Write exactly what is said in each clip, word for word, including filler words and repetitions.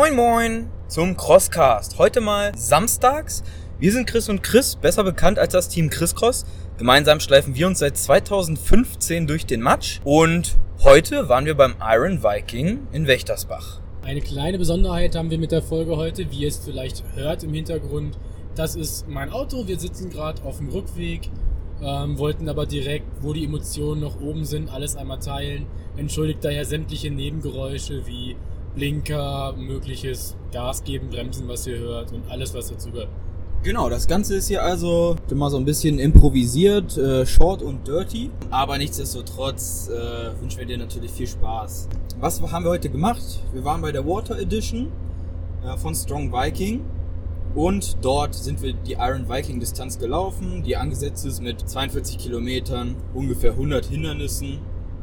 Moin Moin zum Crosscast. Heute mal samstags. Wir sind Chris und Chris, besser bekannt als das Team Chris Cross. Gemeinsam schleifen wir uns seit zweitausendfünfzehn durch den Matsch. Und heute waren wir beim Iron Viking in Wächtersbach. Eine kleine Besonderheit haben wir mit der Folge heute, wie ihr es vielleicht hört im Hintergrund. Das ist mein Auto, wir sitzen gerade auf dem Rückweg, ähm, wollten aber direkt, wo die Emotionen noch oben sind, alles einmal teilen. Entschuldigt daher sämtliche Nebengeräusche wie Blinker, mögliches Gas geben, Bremsen, was ihr hört und alles, was dazu gehört. Genau, das Ganze ist hier also immer so ein bisschen improvisiert, äh, short und dirty. Aber nichtsdestotrotz äh, wünschen wir dir natürlich viel Spaß. Was haben wir heute gemacht? Wir waren bei der Water Edition äh, von Strong Viking. Und dort sind wir die Iron Viking Distanz gelaufen, die angesetzt ist mit zweiundvierzig Kilometern, ungefähr hundert Hindernissen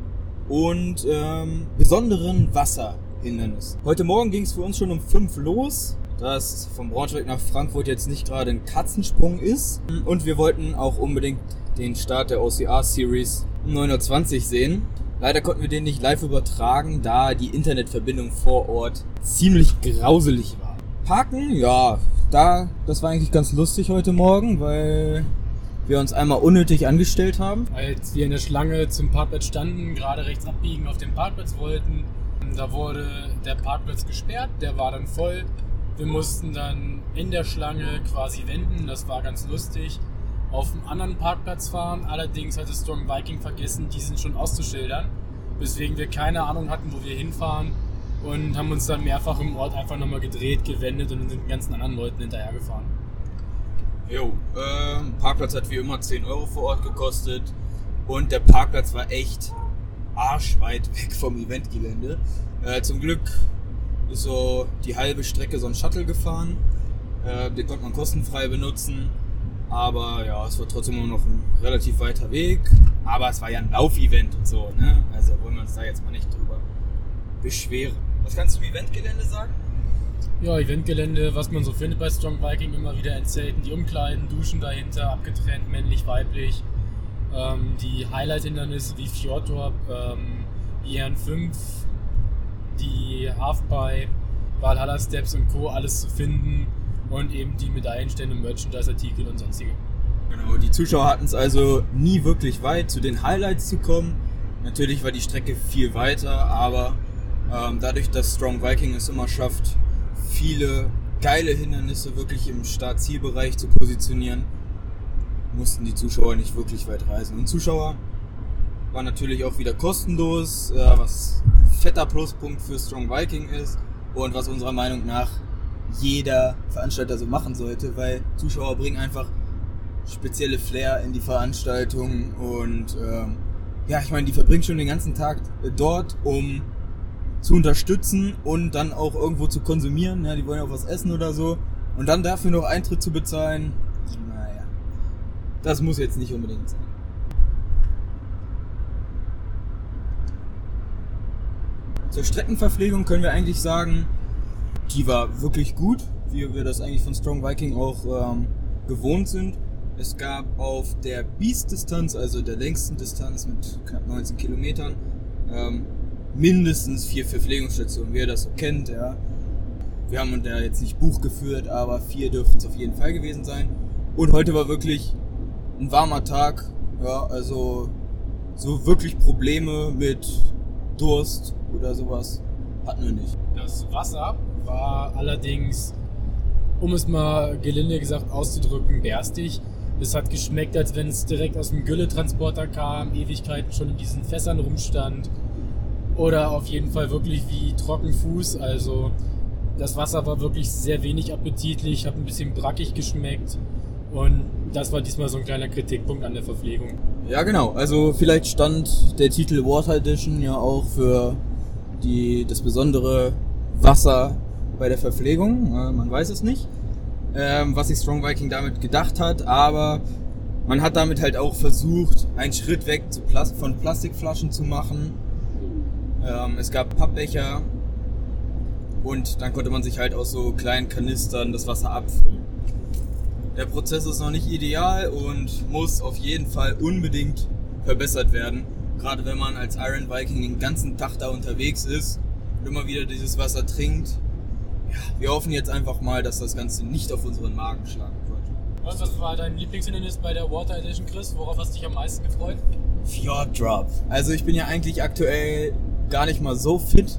und ähm, besonderen Wasserhindernissen. Heute Morgen ging es für uns schon um fünf los, da es von Braunschweig nach Frankfurt jetzt nicht gerade ein Katzensprung ist. Und wir wollten auch unbedingt den Start der O C R-Series um neun Uhr zwanzig sehen. Leider konnten wir den nicht live übertragen, da die Internetverbindung vor Ort ziemlich grauselig war. Parken, ja, da, das war eigentlich ganz lustig heute Morgen, weil wir uns einmal unnötig angestellt haben. Als wir in der Schlange zum Parkplatz standen, gerade rechts abbiegen auf den Parkplatz wollten, da wurde der Parkplatz gesperrt, der war dann voll. Wir mussten dann in der Schlange quasi wenden, das war ganz lustig, auf einen anderen Parkplatz fahren. Allerdings hatte Strong Viking vergessen, diesen schon auszuschildern, weswegen wir keine Ahnung hatten, wo wir hinfahren. Und haben uns dann mehrfach im Ort einfach nochmal gedreht, gewendet und sind den ganzen anderen Leuten hinterhergefahren. Jo, äh, Parkplatz hat wie immer zehn Euro vor Ort gekostet. Und der Parkplatz war echt arschweit weg vom Eventgelände. Äh, zum Glück ist so die halbe Strecke so ein Shuttle gefahren. Äh, den konnte man kostenfrei benutzen. Aber ja, es war trotzdem immer noch ein relativ weiter Weg. Aber es war ja ein Laufevent und so, ne? Also wollen wir uns da jetzt mal nicht drüber beschweren. Was kannst du zum Eventgelände sagen? Ja, Eventgelände, was man so findet bei Strong Viking, immer wieder in Zelten, die Umkleiden, Duschen dahinter, abgetrennt, männlich, weiblich. Ähm, die Highlight-Hindernisse wie Fjordtorp, ähm, die R N fünf, die Halfpipe, Valhalla Steps und Co. alles zu finden und eben die Medaillenstände, Merchandise-Artikel und sonstige. Genau, die Zuschauer hatten es also nie wirklich weit, zu den Highlights zu kommen. Natürlich war die Strecke viel weiter, aber ähm, dadurch, dass Strong Viking es immer schafft, viele geile Hindernisse wirklich im Start-Ziel-Bereich zu positionieren, mussten die Zuschauer nicht wirklich weit reisen. Und Zuschauer waren natürlich auch wieder kostenlos, äh, was ein fetter Pluspunkt für Strong Viking ist und was unserer Meinung nach jeder Veranstalter so machen sollte, weil Zuschauer bringen einfach spezielle Flair in die Veranstaltung und ähm, ja, ich meine, die verbringen schon den ganzen Tag dort, um zu unterstützen und dann auch irgendwo zu konsumieren. Ja, die wollen auch was essen oder so. Und dann dafür noch Eintritt zu bezahlen, naja, das muss jetzt nicht unbedingt sein. Zur Streckenverpflegung können wir eigentlich sagen, die war wirklich gut, wie wir das eigentlich von Strong Viking auch ähm, gewohnt sind. Es gab auf der Beast-Distanz, also der längsten Distanz mit knapp neunzehn Kilometern, ähm, mindestens vier Verpflegungsstationen, wie ihr das so kennt. Ja. Wir haben uns da jetzt nicht Buch geführt, aber vier dürften es auf jeden Fall gewesen sein. Und heute war wirklich ein warmer Tag, ja, also so wirklich Probleme mit Durst oder sowas hatten wir nicht. Das Wasser war allerdings, um es mal gelinde gesagt auszudrücken, berstig. Es hat geschmeckt, als wenn es direkt aus dem Gülletransporter kam, Ewigkeiten schon in diesen Fässern rumstand. Oder auf jeden Fall wirklich wie Trockenfuß. Also das Wasser war wirklich sehr wenig appetitlich, hat ein bisschen brackig geschmeckt. Und das war diesmal so ein kleiner Kritikpunkt an der Verpflegung. Ja genau, also vielleicht stand der Titel Water Edition ja auch für die, das besondere Wasser bei der Verpflegung. Man weiß es nicht. Ähm, was sich Strong Viking damit gedacht hat, aber man hat damit halt auch versucht, einen Schritt weg zu Plas- von Plastikflaschen zu machen. Ähm, es gab Pappbecher und dann konnte man sich halt aus so kleinen Kanistern das Wasser abfüllen. Der Prozess ist noch nicht ideal und muss auf jeden Fall unbedingt verbessert werden. Gerade wenn man als Iron Viking den ganzen Tag da unterwegs ist und immer wieder dieses Wasser trinkt. ja, wir hoffen jetzt einfach mal, dass das Ganze nicht auf unseren Magen schlagen wird. Was, was war dein Lieblingshindernis bei der Water Edition, Chris? Worauf hast du dich am meisten gefreut? Fjord Drop. Also ich bin ja eigentlich aktuell gar nicht mal so fit.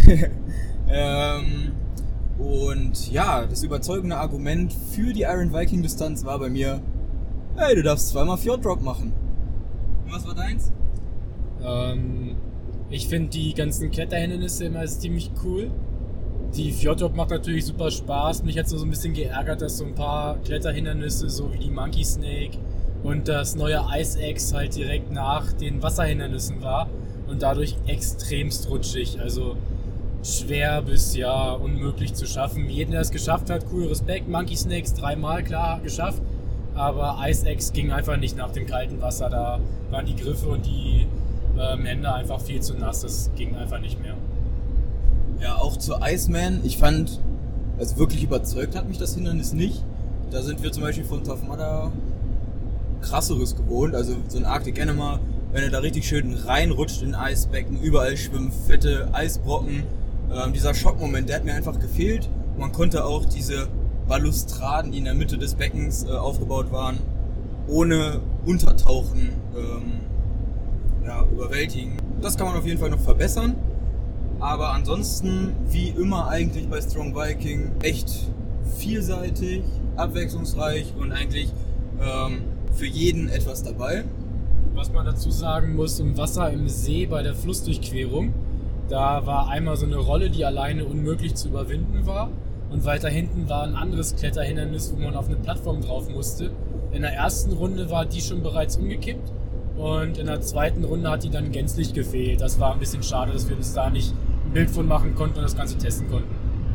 ähm, und ja, das überzeugende Argument für die Iron Viking Distanz war bei mir, hey, du darfst zweimal Fjord Drop machen. Und was war deins? Ähm, ich finde die ganzen Kletterhindernisse immer ziemlich cool. Die Fjord Drop macht natürlich super Spaß. Mich hat es so ein bisschen geärgert, dass so ein paar Kletterhindernisse, so wie die Monkey Snake und das neue Ice Axe halt direkt nach den Wasserhindernissen war und dadurch extremst rutschig. Also schwer bis ja unmöglich zu schaffen. Jeden, der es geschafft hat, cool, Respekt. Monkey Snakes dreimal klar geschafft, aber Ice Axe ging einfach nicht nach dem kalten Wasser. Da waren die Griffe und die ähm, Hände einfach viel zu nass. Das ging einfach nicht mehr. Ja, auch zu Iceman. Ich fand, also wirklich überzeugt hat mich das Hindernis nicht. Da sind wir zum Beispiel von Tough Mudder krasseres gewohnt. Also so ein Arctic Enema, wenn er da richtig schön reinrutscht in Eisbecken, überall schwimmen fette Eisbrocken. Ähm, dieser Schockmoment, der hat mir einfach gefehlt. Man konnte auch diese Balustraden, die in der Mitte des Beckens äh, aufgebaut waren, ohne Untertauchen ähm, ja, überwältigen. Das kann man auf jeden Fall noch verbessern. Aber ansonsten, wie immer eigentlich bei Strong Viking, echt vielseitig, abwechslungsreich und eigentlich ähm, für jeden etwas dabei. Was man dazu sagen muss, im Wasser, im See bei der Flussdurchquerung, da war einmal so eine Rolle, die alleine unmöglich zu überwinden war. Und weiter hinten war ein anderes Kletterhindernis, wo man auf eine Plattform drauf musste. In der ersten Runde war die schon bereits umgekippt und in der zweiten Runde hat die dann gänzlich gefehlt. Das war ein bisschen schade, dass wir uns da nicht ein Bild von machen konnten und das Ganze testen konnten.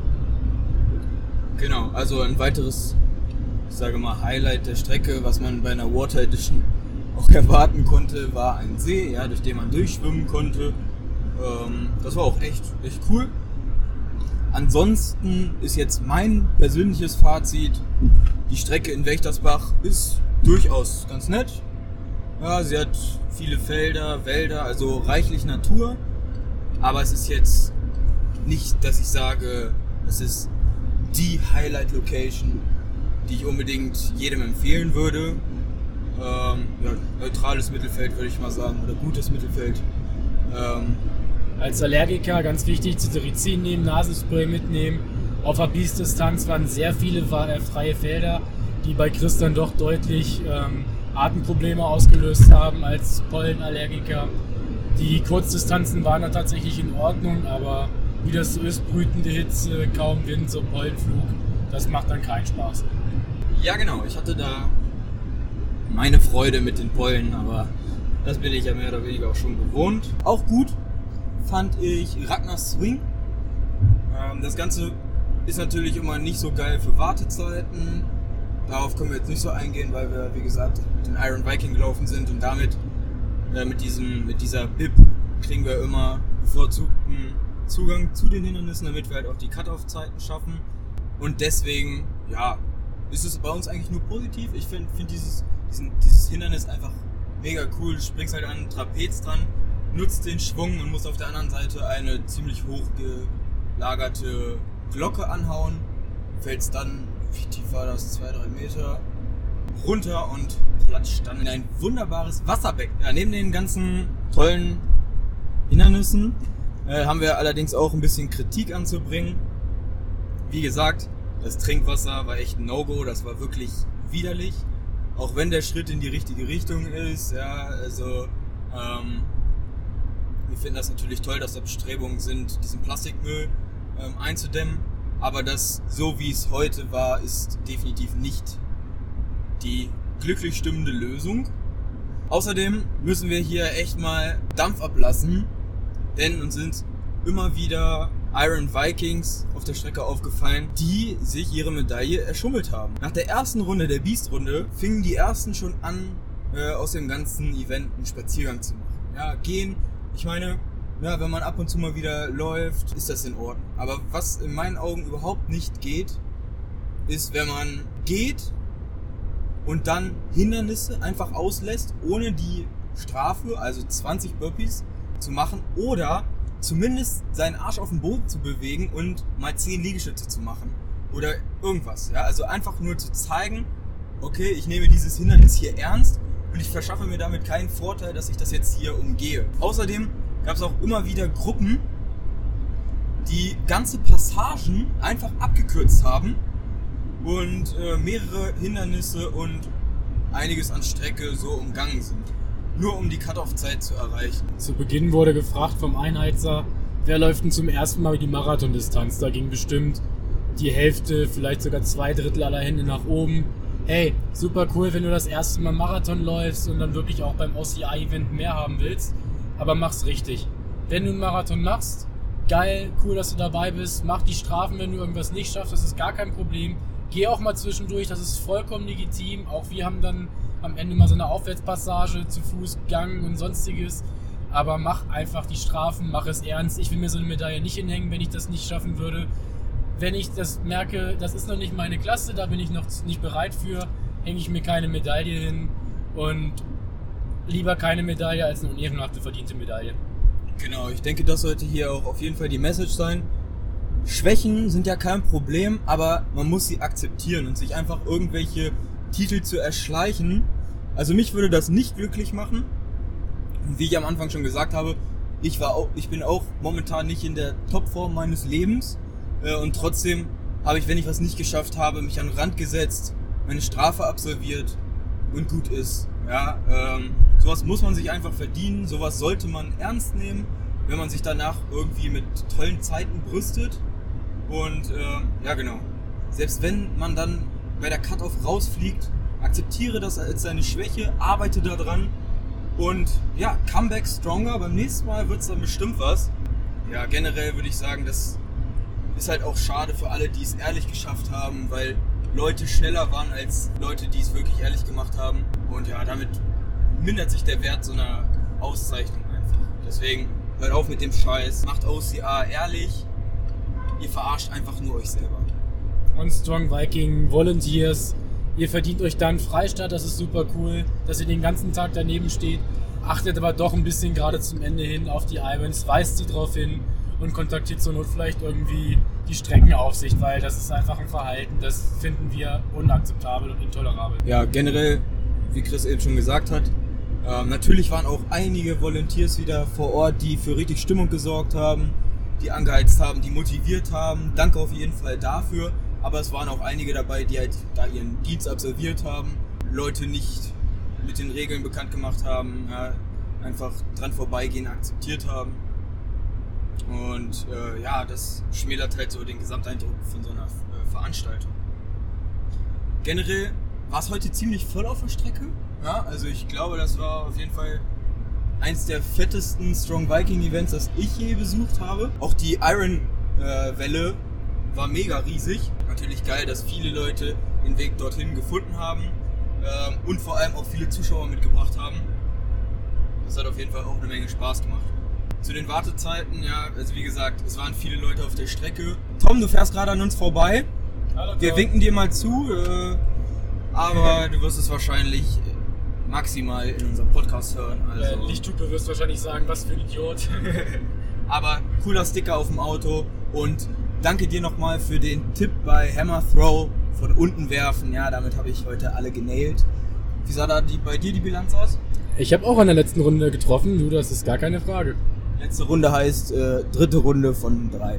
Genau, also ein weiteres, ich sage mal, Highlight der Strecke, was man bei einer Water Edition auch erwarten konnte, war ein See, ja, durch den man durchschwimmen konnte. Ähm, das war auch echt, echt cool. Ansonsten ist jetzt mein persönliches Fazit, die Strecke in Wächtersbach ist durchaus ganz nett. Ja, sie hat viele Felder, Wälder, also reichlich Natur. Aber es ist jetzt nicht, dass ich sage, es ist die Highlight-Location, die ich unbedingt jedem empfehlen würde. Ähm, ja, neutrales Mittelfeld würde ich mal sagen, oder gutes Mittelfeld. Ähm, Als Allergiker ganz wichtig, Cetirizin nehmen, Nasenspray mitnehmen. Auf der Beast-Distanz waren sehr viele äh, freie Felder, die bei Chris dann doch deutlich ähm, Atemprobleme ausgelöst haben als Pollenallergiker. Die Kurzdistanzen waren da tatsächlich in Ordnung, aber wie das so ist, brütende Hitze, kaum Wind, so Pollenflug, das macht dann keinen Spaß. Ja genau, ich hatte da meine Freude mit den Pollen, aber das bin ich ja mehr oder weniger auch schon gewohnt. Auch gut fand ich Ragnars Swing. Ähm, das Ganze ist natürlich immer nicht so geil für Wartezeiten. Darauf können wir jetzt nicht so eingehen, weil wir, wie gesagt, den Iron Viking gelaufen sind und damit äh, mit, diesem, mit dieser B I P kriegen wir immer bevorzugten Zugang zu den Hindernissen, damit wir halt auch die Cut-Off-Zeiten schaffen. Und deswegen, ja, ist es bei uns eigentlich nur positiv. Ich finde find dieses, dieses Hindernis einfach mega cool. Du springst halt an einen Trapez dran, nutzt den Schwung und musst auf der anderen Seite eine ziemlich hoch gelagerte Glocke anhauen. Fällst dann, wie tief war das, zwei, drei Meter runter und platscht dann in ein wunderbares Wasserbecken. Ja, neben den ganzen tollen Hindernissen äh, haben wir allerdings auch ein bisschen Kritik anzubringen. Wie gesagt, das Trinkwasser war echt ein No-Go, das war wirklich widerlich. Auch wenn der Schritt in die richtige Richtung ist, ja, also ähm, wir finden das natürlich toll, dass da Bestrebungen sind, diesen Plastikmüll ähm, einzudämmen. Aber das, so wie es heute war, ist definitiv nicht die glücklich stimmende Lösung. Außerdem müssen wir hier echt mal Dampf ablassen, denn uns sind immer wieder Iron Vikings auf der Strecke aufgefallen, die sich ihre Medaille erschummelt haben. Nach der ersten Runde der Beast-Runde fingen die ersten schon an, äh, aus dem ganzen Event einen Spaziergang zu machen. Ja, gehen, ich meine, ja, wenn man ab und zu mal wieder läuft, ist das in Ordnung. Aber was in meinen Augen überhaupt nicht geht, ist, wenn man geht und dann Hindernisse einfach auslässt, ohne die Strafe, also zwanzig Burpees, zu machen oder zumindest seinen Arsch auf den Boden zu bewegen und mal zehn Liegestütze zu machen. Oder irgendwas. Ja? Also einfach nur zu zeigen, okay, ich nehme dieses Hindernis hier ernst und ich verschaffe mir damit keinen Vorteil, dass ich das jetzt hier umgehe. Außerdem gab es auch immer wieder Gruppen, die ganze Passagen einfach abgekürzt haben und äh, mehrere Hindernisse und einiges an Strecke so umgangen sind. Nur um die Cut-Off-Zeit zu erreichen. Zu Beginn wurde gefragt vom Einheizer, wer läuft denn zum ersten Mal die Marathondistanz? Da ging bestimmt die Hälfte, vielleicht sogar zwei Drittel aller Hände nach oben. Hey, super cool, wenn du das erste Mal Marathon läufst und dann wirklich auch beim O C A-Event mehr haben willst. Aber mach's richtig. Wenn du einen Marathon machst, geil, cool, dass du dabei bist. Mach die Strafen, wenn du irgendwas nicht schaffst, das ist gar kein Problem. Geh auch mal zwischendurch, das ist vollkommen legitim. Auch wir haben dann am Ende mal so eine Aufwärtspassage zu Fuß, Gang und sonstiges. Aber mach einfach die Strafen, mach es ernst. Ich will mir so eine Medaille nicht hinhängen, wenn ich das nicht schaffen würde. Wenn ich das merke, das ist noch nicht meine Klasse, da bin ich noch nicht bereit für, hänge ich mir keine Medaille hin. Und lieber keine Medaille als eine unehrenhafte verdiente Medaille. Genau, ich denke, das sollte hier auch auf jeden Fall die Message sein. Schwächen sind ja kein Problem, aber man muss sie akzeptieren und sich einfach irgendwelche Titel zu erschleichen. Also mich würde das nicht glücklich machen. Und wie ich am Anfang schon gesagt habe, ich war auch, ich bin auch momentan nicht in der Topform meines Lebens. Äh, und trotzdem habe ich, wenn ich was nicht geschafft habe, mich an den Rand gesetzt, meine Strafe absolviert und gut ist. Ja, ähm, sowas muss man sich einfach verdienen, sowas sollte man ernst nehmen, wenn man sich danach irgendwie mit tollen Zeiten brüstet. Und äh, ja genau, selbst wenn man dann bei der Cut-Off rausfliegt, akzeptiere das als seine Schwäche, arbeite daran und ja, come back stronger, beim nächsten Mal wird es dann bestimmt was. Ja, generell würde ich sagen, das ist halt auch schade für alle, die es ehrlich geschafft haben, weil Leute schneller waren als Leute, die es wirklich ehrlich gemacht haben. Und ja, damit mindert sich der Wert so einer Auszeichnung einfach. Deswegen hört auf mit dem Scheiß, macht O C A ehrlich, ihr verarscht einfach nur euch selber. Und Strong Viking Volunteers, ihr verdient euch dann Freistaat, das ist super cool, dass ihr den ganzen Tag daneben steht. Achtet aber doch ein bisschen gerade zum Ende hin auf die Irons, weist sie drauf hin und kontaktiert zur Not vielleicht irgendwie die Streckenaufsicht, weil das ist einfach ein Verhalten, das finden wir unakzeptabel und intolerabel. Ja, generell, wie Chris eben schon gesagt hat, äh, natürlich waren auch einige Volunteers wieder vor Ort, die für richtig Stimmung gesorgt haben, die angeheizt haben, die motiviert haben. Danke auf jeden Fall dafür. Aber es waren auch einige dabei, die halt da ihren Dienst absolviert haben, Leute nicht mit den Regeln bekannt gemacht haben, ja, einfach dran vorbeigehen akzeptiert haben. Und äh, ja, das schmälert halt so den Gesamteindruck von so einer äh, Veranstaltung. Generell war es heute ziemlich voll auf der Strecke. Ja, also ich glaube, das war auf jeden Fall eins der fettesten Strong Viking Events, das ich je besucht habe. Auch die Iron äh, Welle war mega riesig. Natürlich geil, dass viele Leute den Weg dorthin gefunden haben ähm, und vor allem auch viele Zuschauer mitgebracht haben. Das hat auf jeden Fall auch eine Menge Spaß gemacht. Zu den Wartezeiten, ja, also wie gesagt, es waren viele Leute auf der Strecke. Tom, du fährst gerade an uns vorbei. Hallo, Wir Tom. winken dir mal zu, äh, aber du wirst es wahrscheinlich maximal in unserem Podcast hören. Also. Äh, Lichthupe wirst wahrscheinlich sagen, was für ein Idiot. Aber cooler Sticker auf dem Auto und danke dir nochmal für den Tipp bei Hammer Throw von unten werfen. Ja, damit habe ich heute alle genailt. Wie sah da die, bei dir die Bilanz aus? Ich habe auch an der letzten Runde getroffen, du, das ist gar keine Frage. Letzte Runde heißt äh, dritte Runde von drei.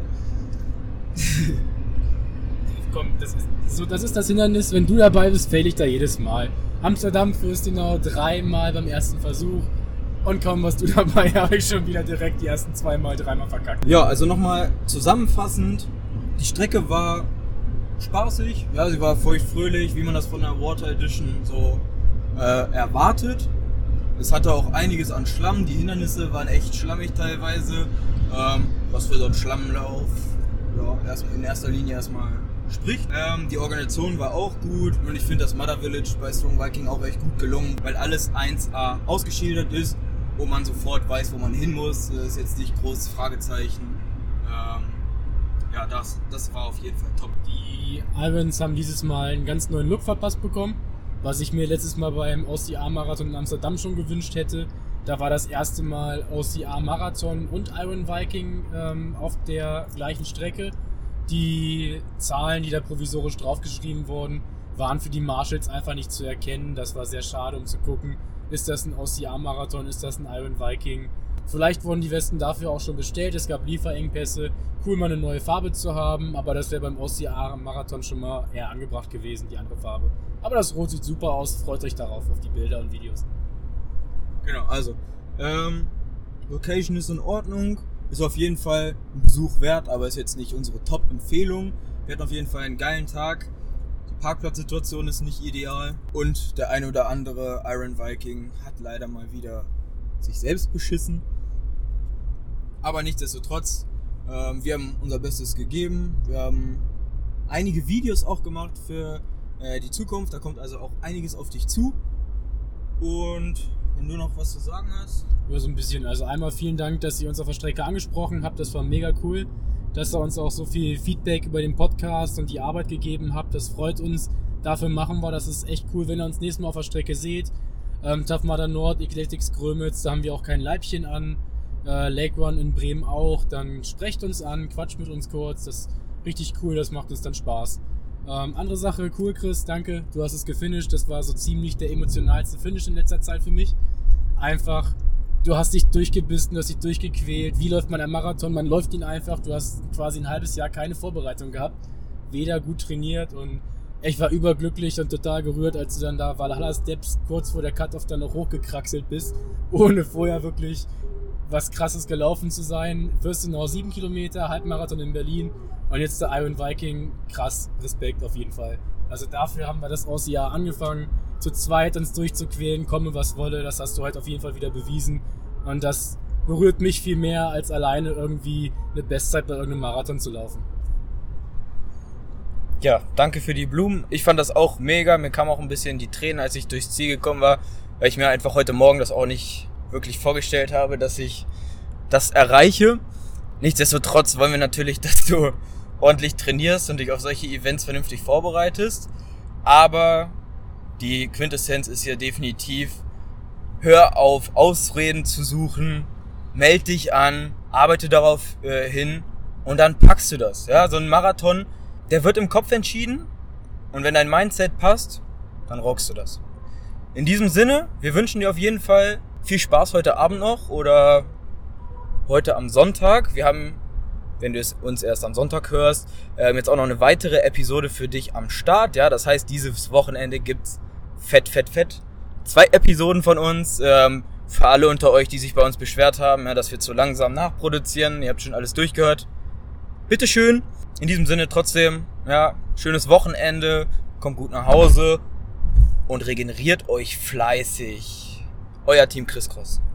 Komm, das ist, so, das ist das Hindernis, wenn du dabei bist, fail ich da jedes Mal. Amsterdam Fürstenau dreimal beim ersten Versuch und kaum warst du dabei, habe ich schon wieder direkt die ersten zweimal, dreimal verkackt. Ja, also nochmal zusammenfassend, die Strecke war spaßig, ja, sie war feuchtfröhlich, wie man das von der Water Edition so äh, erwartet. Es hatte auch einiges an Schlamm, die Hindernisse waren echt schlammig teilweise, ähm, was für so einen Schlammlauf ja, erst, in erster Linie erstmal spricht. Ähm, die Organisation war auch gut und ich finde das Mother Village bei Strong Viking auch echt gut gelungen, weil alles eins A ausgeschildert ist, wo man sofort weiß, wo man hin muss. Das ist jetzt nicht großes Fragezeichen. Ähm, ja, das, das war auf jeden Fall top. Die Irons haben dieses Mal einen ganz neuen Look verpasst bekommen, was ich mir letztes Mal beim O C A-Marathon in Amsterdam schon gewünscht hätte. Da war das erste Mal O C R Marathon und Iron Viking ähm, auf der gleichen Strecke. Die Zahlen, die da provisorisch draufgeschrieben wurden, waren für die Marshals einfach nicht zu erkennen. Das war sehr schade, um zu gucken, ist das ein O C R Marathon, ist das ein Iron Viking. Vielleicht wurden die Westen dafür auch schon bestellt, es gab Lieferengpässe. Cool, mal eine neue Farbe zu haben, aber das wäre beim O C R Marathon schon mal eher angebracht gewesen, die andere Farbe. Aber das Rot sieht super aus, freut euch darauf, auf die Bilder und Videos. Genau, also, ähm, Location ist in Ordnung, ist auf jeden Fall ein Besuch wert, aber ist jetzt nicht unsere Top-Empfehlung. Wir hatten auf jeden Fall einen geilen Tag. Die Parkplatzsituation ist nicht ideal und der eine oder andere Iron Viking hat leider mal wieder sich selbst beschissen. Aber nichtsdestotrotz, ähm, wir haben unser Bestes gegeben. Wir haben einige Videos auch gemacht für äh, die Zukunft. Da kommt also auch einiges auf dich zu. Und wenn du noch was zu sagen hast? Ja, so ein bisschen. Also einmal vielen Dank, dass ihr uns auf der Strecke angesprochen habt. Das war mega cool, dass ihr uns auch so viel Feedback über den Podcast und die Arbeit gegeben habt. Das freut uns. Dafür machen wir. Das ist echt cool, wenn ihr uns nächstes Mal auf der Strecke seht. Ähm, Tough Mudder Nord, Ecletics Grömitz, da haben wir auch kein Leibchen an. Äh, Lake Run in Bremen auch. Dann sprecht uns an, quatscht mit uns kurz. Das ist richtig cool, das macht uns dann Spaß. Ähm, andere Sache, cool Chris, danke, du hast es gefinisht. Das war so ziemlich der emotionalste Finish in letzter Zeit für mich. Einfach, du hast dich durchgebissen, du hast dich durchgequält. Wie läuft man einen Marathon? Man läuft ihn einfach. Du hast quasi ein halbes Jahr keine Vorbereitung gehabt. Weder gut trainiert und ich war überglücklich und total gerührt, als du dann da Valhalla Steps kurz vor der Cut-Off dann noch hochgekraxelt bist, ohne vorher wirklich was Krasses gelaufen zu sein. Fürstenau sieben Kilometer, Halbmarathon in Berlin und jetzt der Iron Viking. Krass, Respekt auf jeden Fall. Also dafür haben wir das aus Jahr angefangen, zu zweit uns durchzuquälen, komme was wolle. Das hast du heute auf jeden Fall wieder bewiesen und das berührt mich viel mehr, als alleine irgendwie eine Bestzeit bei irgendeinem Marathon zu laufen. Ja, danke für die Blumen. Ich fand das auch mega. Mir kamen auch ein bisschen die Tränen, als ich durchs Ziel gekommen war, weil ich mir einfach heute Morgen das auch nicht wirklich vorgestellt habe, dass ich das erreiche. Nichtsdestotrotz wollen wir natürlich, dass du ordentlich trainierst und dich auf solche Events vernünftig vorbereitest. Aber die Quintessenz ist hier definitiv, hör auf, Ausreden zu suchen, meld dich an, arbeite darauf äh, hin und dann packst du das. Ja, so ein Marathon, der wird im Kopf entschieden und wenn dein Mindset passt, dann rockst du das. In diesem Sinne, wir wünschen dir auf jeden Fall viel Spaß heute Abend noch oder heute am Sonntag. Wir haben, wenn du es uns erst am Sonntag hörst, ähm, jetzt auch noch eine weitere Episode für dich am Start. Ja, das heißt, dieses Wochenende gibt's fett, fett, fett zwei Episoden von uns. Ähm, für alle unter euch, die sich bei uns beschwert haben, ja, dass wir zu langsam nachproduzieren. Ihr habt schon alles durchgehört. Bitteschön. In diesem Sinne trotzdem, ja, schönes Wochenende. Kommt gut nach Hause und regeneriert euch fleißig. Euer Team Chris Cross.